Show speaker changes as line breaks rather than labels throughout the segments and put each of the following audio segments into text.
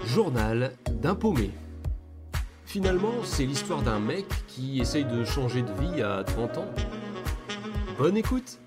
Journal d'un paumé. Finalement, c'est l'histoire d'un mec qui essaye de changer de vie à 30 ans. Bonne écoute!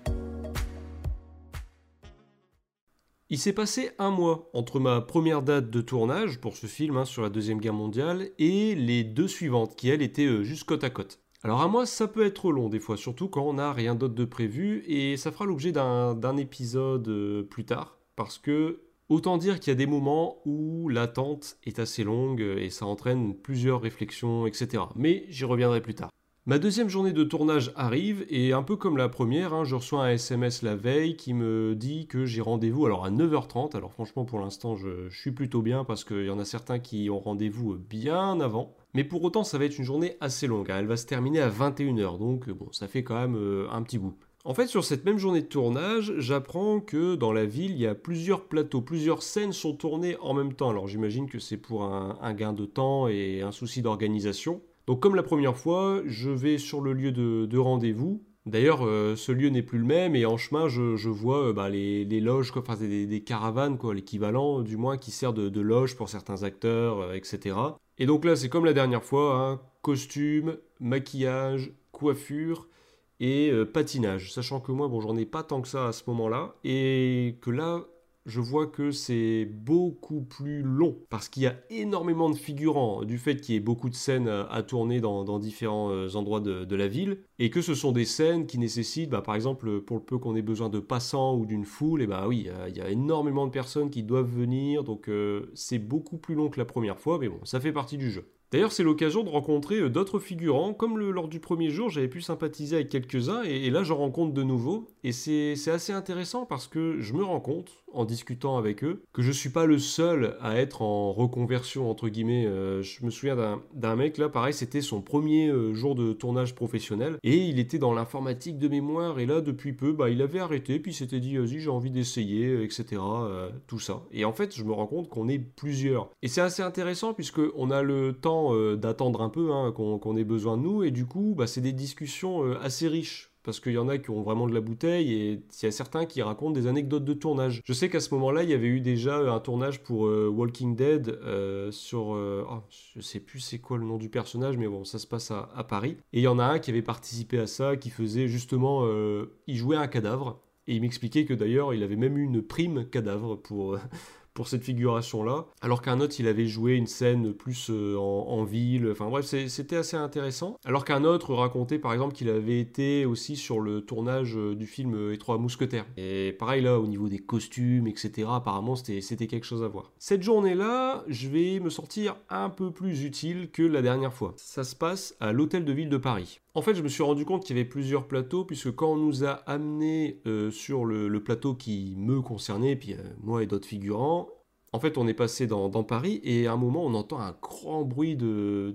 Il s'est passé un mois entre ma première date de tournage pour ce film sur la Deuxième Guerre mondiale et les deux suivantes qui, elles, étaient juste côte à côte. Alors un mois, ça peut être long des fois, surtout quand on n'a rien d'autre de prévu, et ça fera l'objet d'un épisode plus tard, parce que autant dire qu'il y a des moments où l'attente est assez longue et ça entraîne plusieurs réflexions, etc. Mais j'y reviendrai plus tard. Ma deuxième journée de tournage arrive et un peu comme la première, je reçois un SMS la veille qui me dit que j'ai rendez-vous alors à 9h30. Alors franchement pour l'instant je suis plutôt bien parce qu'il y en a certains qui ont rendez-vous bien avant. Mais pour autant ça va être une journée assez longue, elle va se terminer à 21h donc bon ça fait quand même un petit bout. En fait, sur cette même journée de tournage, j'apprends que dans la ville, il y a plusieurs plateaux, plusieurs scènes sont tournées en même temps. Alors j'imagine que c'est pour un gain de temps et un souci d'organisation. Donc comme la première fois, je vais sur le lieu de rendez-vous. D'ailleurs, ce lieu n'est plus le même et en chemin, je vois les loges, enfin des caravanes, l'équivalent du moins, qui sert de loge pour certains acteurs, etc. Et donc là, c'est comme la dernière fois, costume, maquillage, coiffure et patinage, sachant que moi, j'en ai pas tant que ça à ce moment-là, et que là, je vois que c'est beaucoup plus long, parce qu'il y a énormément de figurants, du fait qu'il y ait beaucoup de scènes à tourner dans différents endroits de la ville, et que ce sont des scènes qui nécessitent, par exemple, pour le peu qu'on ait besoin de passants ou d'une foule, et oui, il y a énormément de personnes qui doivent venir, donc c'est beaucoup plus long que la première fois, mais bon, ça fait partie du jeu. D'ailleurs, c'est l'occasion de rencontrer d'autres figurants. Comme lors du premier jour, j'avais pu sympathiser avec quelques-uns, et là, j'en rencontre de nouveaux. Et c'est assez intéressant parce que je me rends compte, en discutant avec eux, que je suis pas le seul à être en reconversion, entre guillemets. Je me souviens d'un mec, là, pareil, c'était son premier jour de tournage professionnel, et il était dans l'informatique de mémoire, et là, depuis peu, il avait arrêté, puis il s'était dit, vas-y, j'ai envie d'essayer, etc., tout ça. Et en fait, je me rends compte qu'on est plusieurs. Et c'est assez intéressant, puisqu'on a le temps d'attendre un peu, qu'on ait besoin de nous, et du coup c'est des discussions assez riches parce qu'il y en a qui ont vraiment de la bouteille et il y a certains qui racontent des anecdotes de tournage. Je sais qu'à ce moment-là il y avait eu déjà un tournage pour Walking Dead sur je sais plus c'est quoi le nom du personnage, mais bon, ça se passe à Paris, et il y en a un qui avait participé à ça, qui faisait justement il jouait un cadavre, et il m'expliquait que d'ailleurs il avait même eu une prime cadavre pour cette figuration-là, alors qu'un autre, il avait joué une scène plus en ville, enfin bref, c'était assez intéressant. Alors qu'un autre racontait par exemple qu'il avait été aussi sur le tournage du film Les Trois Mousquetaires. Et pareil là, au niveau des costumes, etc., apparemment c'était quelque chose à voir. Cette journée-là, je vais me sortir un peu plus utile que la dernière fois. Ça se passe à l'Hôtel de Ville de Paris. En fait, je me suis rendu compte qu'il y avait plusieurs plateaux, puisque quand on nous a amenés sur le plateau qui me concernait, puis moi et d'autres figurants, en fait, on est passé dans Paris, et à un moment, on entend un grand bruit de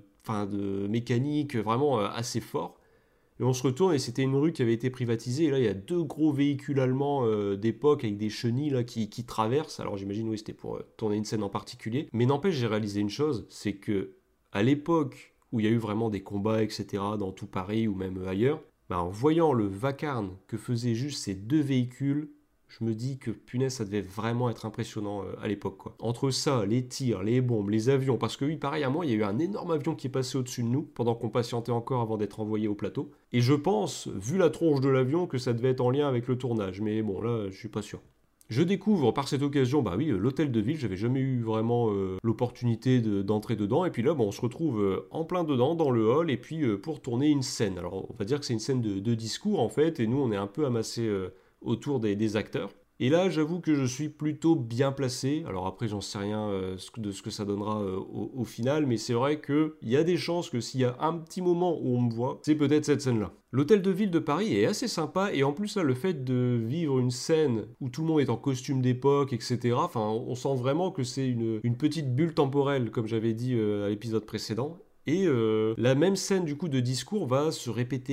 mécanique vraiment assez fort. Et on se retourne, et c'était une rue qui avait été privatisée, et là, il y a deux gros véhicules allemands d'époque avec des chenilles là, qui traversent. Alors j'imagine, oui, c'était pour tourner une scène en particulier. Mais n'empêche, j'ai réalisé une chose, c'est que à l'époque où il y a eu vraiment des combats, etc., dans tout Paris ou même ailleurs, en voyant le vacarme que faisaient juste ces deux véhicules, je me dis que punaise, ça devait vraiment être impressionnant à l'époque, quoi. Entre ça, les tirs, les bombes, les avions, parce que oui, pareil à moi, il y a eu un énorme avion qui est passé au-dessus de nous pendant qu'on patientait encore avant d'être envoyé au plateau. Et je pense, vu la tronche de l'avion, que ça devait être en lien avec le tournage, mais bon, là, je suis pas sûr. Je découvre par cette occasion, l'hôtel de ville, j'avais jamais eu vraiment l'opportunité d'entrer dedans, et puis là, on se retrouve en plein dedans, dans le hall, et puis pour tourner une scène. Alors, on va dire que c'est une scène de discours, en fait, et nous, on est un peu amassés autour des acteurs. Et là, j'avoue que je suis plutôt bien placé. Alors après, j'en sais rien de ce que ça donnera au final, mais c'est vrai qu'il y a des chances que s'il y a un petit moment où on me voit, c'est peut-être cette scène-là. L'hôtel de ville de Paris est assez sympa, et en plus là, le fait de vivre une scène où tout le monde est en costume d'époque, etc., on sent vraiment que c'est une petite bulle temporelle, comme j'avais dit à l'épisode précédent. Et la même scène du coup de discours va se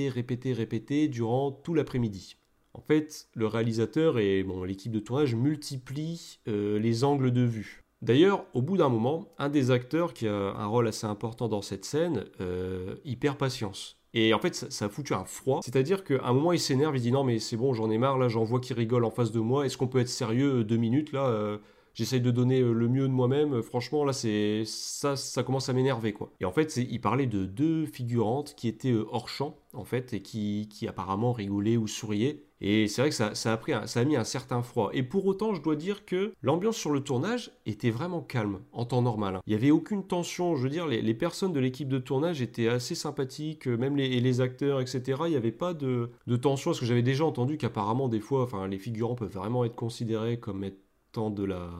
répéter durant tout l'après-midi. En fait, le réalisateur et l'équipe de tournage multiplient les angles de vue. D'ailleurs, au bout d'un moment, un des acteurs qui a un rôle assez important dans cette scène, il perd patience. Et en fait, ça a foutu un froid. C'est-à-dire qu'à un moment, il s'énerve, il dit non mais c'est bon, j'en ai marre, là j'en vois qui rigole en face de moi, est-ce qu'on peut être sérieux 2 minutes là j'essaye de donner le mieux de moi-même. Franchement, là, ça commence à m'énerver, quoi. Et en fait, il parlait de deux figurantes qui étaient hors champ, en fait, et qui apparemment rigolaient ou souriaient. Et c'est vrai que ça a mis un certain froid. Et pour autant, je dois dire que l'ambiance sur le tournage était vraiment calme, en temps normal, hein. Il n'y avait aucune tension. Je veux dire, les personnes de l'équipe de tournage étaient assez sympathiques, même les acteurs, etc. Il n'y avait pas de tension, parce que j'avais déjà entendu qu'apparemment, des fois, enfin, les figurants peuvent vraiment être considérés comme étant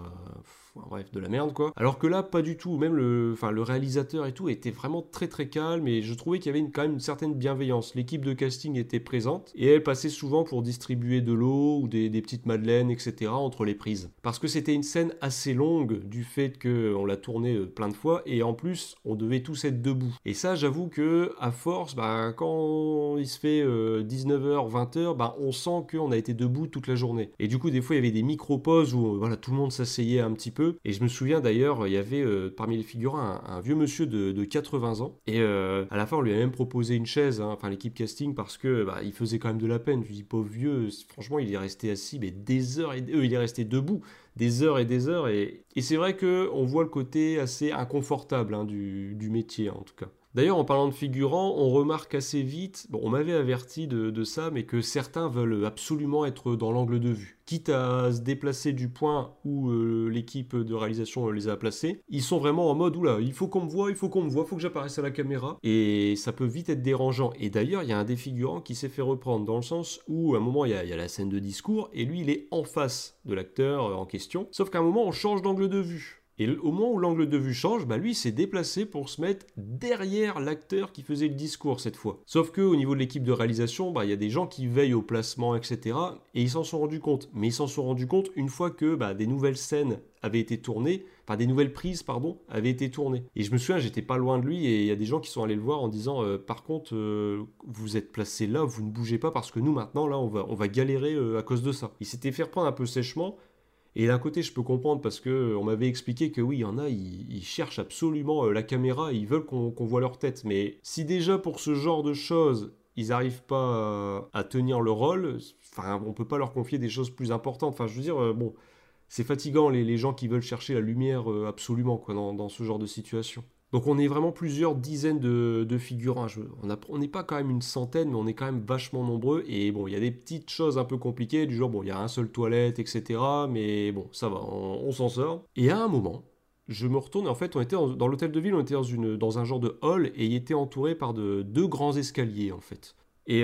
de la merde, quoi. Alors que là, pas du tout. Même le réalisateur et tout était vraiment très très calme, et je trouvais qu'il y avait quand même une certaine bienveillance. L'équipe de casting était présente et elle passait souvent pour distribuer de l'eau ou des petites madeleines, etc. entre les prises. Parce que c'était une scène assez longue du fait qu'on l'a tournée plein de fois, et en plus, on devait tous être debout. Et ça, j'avoue que à force, bah, quand il se fait 19h, 20h, bah, on sent qu'on a été debout toute la journée. Et du coup, des fois, il y avait des micro-pauses où voilà, tout le monde s'asseyait un petit peu. Et je me souviens d'ailleurs, il y avait parmi les figurants un vieux monsieur de 80 ans. Et à la fin, on lui a même proposé une chaise, hein, enfin l'équipe casting, parce que bah, il faisait quand même de la peine. Je lui dis, pauvre vieux, franchement, il est resté assis mais des heures, il est resté debout des heures et des heures. Et c'est vrai qu'on voit le côté assez inconfortable, hein, du métier, en tout cas. D'ailleurs, en parlant de figurants, on remarque assez vite, bon, on m'avait averti de ça, mais que certains veulent absolument être dans l'angle de vue. Quitte à se déplacer du point où l'équipe de réalisation les a placés, ils sont vraiment en mode, oula, il faut qu'on me voit, il faut que j'apparaisse à la caméra. Et ça peut vite être dérangeant. Et d'ailleurs, il y a un des figurants qui s'est fait reprendre, dans le sens où, à un moment, il y a la scène de discours, et lui, il est en face de l'acteur en question. Sauf qu'à un moment, on change d'angle de vue. Et au moment où l'angle de vue change, bah lui, il s'est déplacé pour se mettre derrière l'acteur qui faisait le discours cette fois. Sauf qu'au niveau de l'équipe de réalisation, bah, il y a des gens qui veillent au placement, etc. Et ils s'en sont rendus compte. Mais ils s'en sont rendus compte une fois que bah, des nouvelles scènes avaient été tournées, enfin des nouvelles prises, pardon, avaient été tournées. Et je me souviens, j'étais pas loin de lui, et il y a des gens qui sont allés le voir en disant par contre, vous êtes placé là, vous ne bougez pas, parce que nous maintenant, là, on va galérer à cause de ça. Il s'était fait reprendre un peu sèchement. Et d'un côté, je peux comprendre, parce que on m'avait expliqué que oui, il y en a, ils cherchent absolument la caméra, et ils veulent qu'on voit leur tête. Mais si déjà pour ce genre de choses, ils n'arrivent pas à tenir le rôle, enfin, on peut pas leur confier des choses plus importantes. Enfin, je veux dire, bon, c'est fatigant les gens qui veulent chercher la lumière absolument, quoi, dans ce genre de situation. Donc on est vraiment plusieurs dizaines de figurants. On n'est pas quand même une centaine, mais on est quand même vachement nombreux. Et bon, il y a des petites choses un peu compliquées, du genre, bon, il y a un seul toilette, etc. Mais bon, ça va, on s'en sort. Et à un moment, je me retourne, et en fait, on était dans l'hôtel de ville, on était dans un genre de hall, et il était entouré par deux grands escaliers, en fait. Et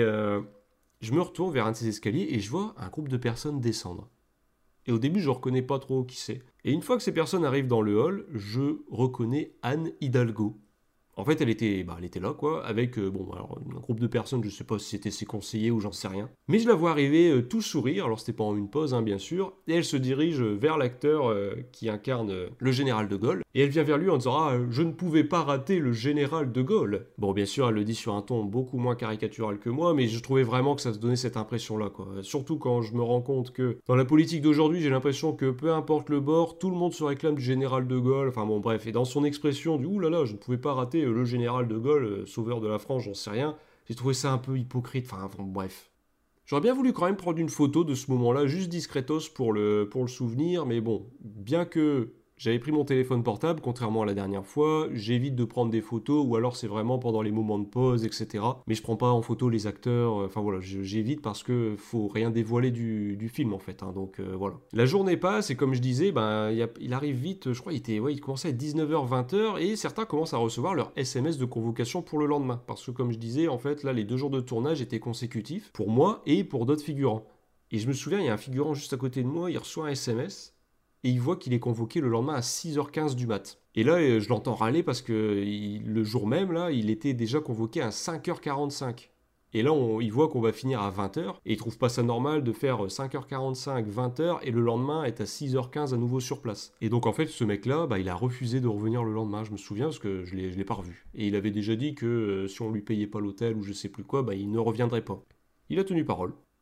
je me retourne vers un de ces escaliers, et je vois un groupe de personnes descendre. Et au début, je ne reconnais pas trop qui c'est. Et une fois que ces personnes arrivent dans le hall, je reconnais Anne Hidalgo. En fait, elle était là, quoi, avec bon, alors, un groupe de personnes, je sais pas si c'était ses conseillers ou j'en sais rien. Mais je la vois arriver tout sourire, alors c'était pendant une pause, hein, bien sûr, et elle se dirige vers l'acteur qui incarne le général de Gaulle, et elle vient vers lui en disant « Ah, je ne pouvais pas rater le général de Gaulle !» Bon, bien sûr, elle le dit sur un ton beaucoup moins caricatural que moi, mais je trouvais vraiment que ça se donnait cette impression-là, quoi. Surtout quand je me rends compte que dans la politique d'aujourd'hui, j'ai l'impression que peu importe le bord, tout le monde se réclame du général de Gaulle, enfin bon, bref, et dans son expression du « Ouh là là, je ne pouvais pas rater le général de Gaulle, sauveur de la France, j'en sais rien », j'ai trouvé ça un peu hypocrite, enfin bon, bref. J'aurais bien voulu quand même prendre une photo de ce moment-là, juste discretos pour le souvenir, mais bon, bien que j'avais pris mon téléphone portable, contrairement à la dernière fois, j'évite de prendre des photos, ou alors c'est vraiment pendant les moments de pause, etc. Mais je prends pas en photo les acteurs, enfin voilà, j'évite parce que faut rien dévoiler du film en fait, hein, donc voilà. La journée passe, et comme je disais, ben, il arrive vite, je crois il commençait à 19h, 20h, et certains commencent à recevoir leur SMS de convocation pour le lendemain. Parce que comme je disais, en fait, là, les 2 jours de tournage étaient consécutifs, pour moi et pour d'autres figurants. Et je me souviens, il y a un figurant juste à côté de moi, il reçoit un SMS, et il voit qu'il est convoqué le lendemain à 6h15 du mat. Et là, je l'entends râler parce que le jour même, là, il était déjà convoqué à 5h45. Et là, il voit qu'on va finir à 20h, et il trouve pas ça normal de faire 5h45, 20h, et le lendemain être à 6h15 à nouveau sur place. Et donc en fait, ce mec-là, bah, il a refusé de revenir le lendemain, je me souviens, parce que je l'ai pas revu. Et il avait déjà dit que si on lui payait pas l'hôtel ou je sais plus quoi, bah, il ne reviendrait pas. Il a tenu parole.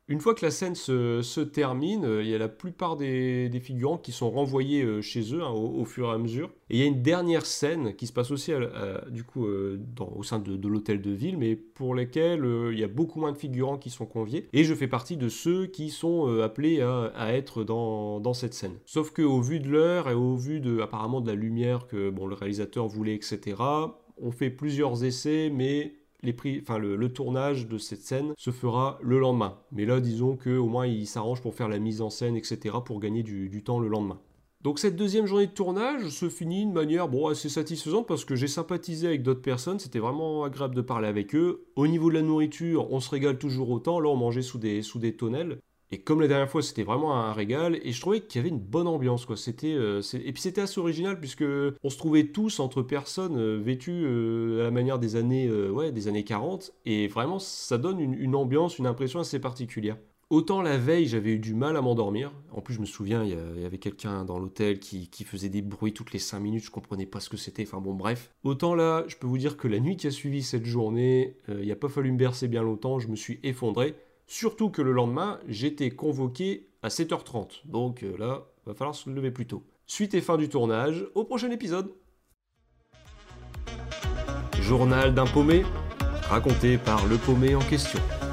Une fois que la scène se termine, il y a la plupart des figurants qui sont renvoyés chez eux au fur et à mesure. Et il y a une dernière scène qui se passe aussi du coup, au sein de l'hôtel de ville, mais pour lesquels il y a beaucoup moins de figurants qui sont conviés. Et je fais partie de ceux qui sont appelés à être dans cette scène. Sauf qu'au vu de l'heure et au vu apparemment de la lumière que le réalisateur voulait, etc., on fait plusieurs essais, mais le tournage de cette scène se fera le lendemain. Mais là, disons qu'au moins, il s'arrange pour faire la mise en scène, etc., pour gagner du temps le lendemain. Donc cette deuxième journée de tournage se finit de manière assez satisfaisante parce que j'ai sympathisé avec d'autres personnes, c'était vraiment agréable de parler avec eux. Au niveau de la nourriture, on se régale toujours autant, là on mangeait sous des tonnelles. Et comme la dernière fois, c'était vraiment un régal, et je trouvais qu'il y avait une bonne ambiance, quoi. Et puis c'était assez original, puisque on se trouvait tous entre personnes vêtues à la manière des années 40, et vraiment, ça donne une ambiance, une impression assez particulière. Autant la veille, j'avais eu du mal à m'endormir. En plus, je me souviens, il y avait quelqu'un dans l'hôtel qui faisait des bruits toutes les 5 minutes, je comprenais pas ce que c'était, enfin bon, bref. Autant là, je peux vous dire que la nuit qui a suivi cette journée, il a pas fallu me bercer bien longtemps, je me suis effondré. Surtout que le lendemain, j'étais convoqué à 7h30. Donc là, va falloir se lever plus tôt. Suite et fin du tournage, au prochain épisode. Journal d'un paumé, raconté par le paumé en question.